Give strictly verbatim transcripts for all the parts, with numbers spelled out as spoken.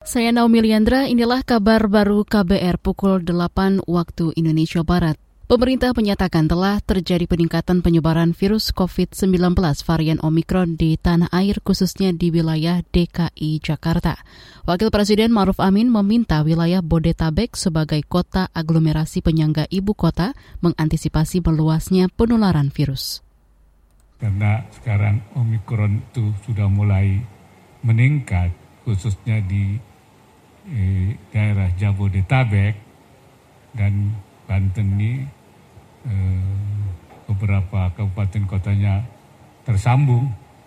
Saya Naomi Liandra, inilah kabar baru K B R pukul delapan waktu Indonesia Barat. Pemerintah menyatakan telah terjadi peningkatan penyebaran virus covid sembilan belas varian Omikron di tanah air khususnya di wilayah D K I Jakarta. Wakil Presiden Ma'ruf Amin meminta wilayah Bodetabek sebagai kota aglomerasi penyangga ibu kota mengantisipasi meluasnya penularan virus. Karena sekarang Omikron itu sudah mulai meningkat, khususnya di eh, daerah Jabodetabek dan Banten ini eh, beberapa kabupaten kotanya tersambung,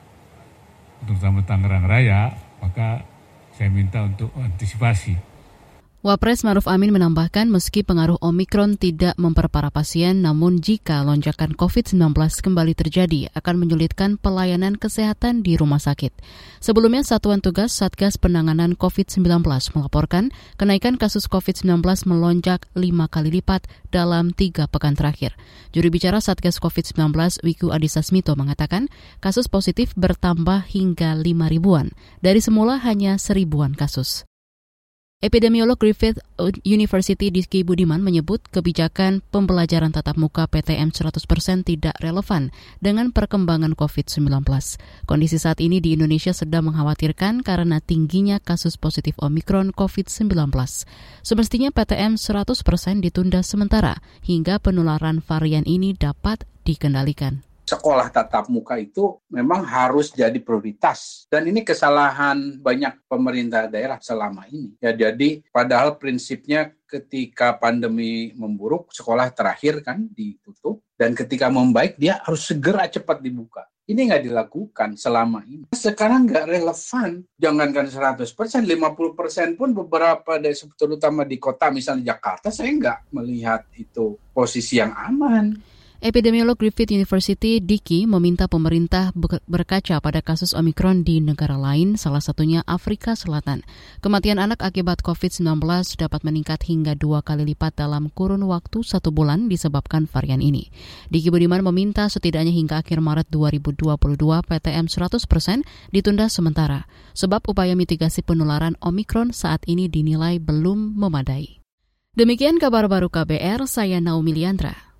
terutama Tangerang Raya, maka saya minta untuk antisipasi. Wapres Ma'ruf Amin menambahkan meski pengaruh Omikron tidak memperparah pasien, namun jika lonjakan covid sembilan belas kembali terjadi akan menyulitkan pelayanan kesehatan di rumah sakit. Sebelumnya, Satuan Tugas Satgas Penanganan covid sembilan belas melaporkan kenaikan kasus covid sembilan belas melonjak lima kali lipat dalam tiga pekan terakhir. Juru bicara Satgas covid sembilan belas Wiku Adhisa Smito mengatakan kasus positif bertambah hingga lima ribuan, dari semula hanya seribuan kasus. Epidemiolog Griffith University Diki Budiman menyebut kebijakan pembelajaran tatap muka P T M seratus persen tidak relevan dengan perkembangan covid sembilan belas. Kondisi saat ini di Indonesia sedang mengkhawatirkan karena tingginya kasus positif Omikron covid sembilan belas. Semestinya P T M seratus persen ditunda sementara hingga penularan varian ini dapat dikendalikan. Sekolah tatap muka itu memang harus jadi prioritas. Dan ini kesalahan banyak pemerintah daerah selama ini. Ya, jadi padahal prinsipnya ketika pandemi memburuk, sekolah terakhir kan ditutup. Dan ketika membaik, dia harus segera cepat dibuka. Ini nggak dilakukan selama ini. Sekarang nggak relevan. Jangankan seratus persen, lima puluh persen pun beberapa, terutama di kota misalnya Jakarta, saya nggak melihat itu posisi yang aman. Epidemiolog Griffith University Diki meminta pemerintah berkaca pada kasus Omikron di negara lain, salah satunya Afrika Selatan. Kematian anak akibat covid sembilan belas dapat meningkat hingga dua kali lipat dalam kurun waktu satu bulan disebabkan varian ini. Diki Budiman meminta setidaknya hingga akhir Maret dua ribu dua puluh dua P T M seratus persen ditunda sementara, sebab upaya mitigasi penularan Omikron saat ini dinilai belum memadai. Demikian kabar baru K B R, saya Naomi Liandra.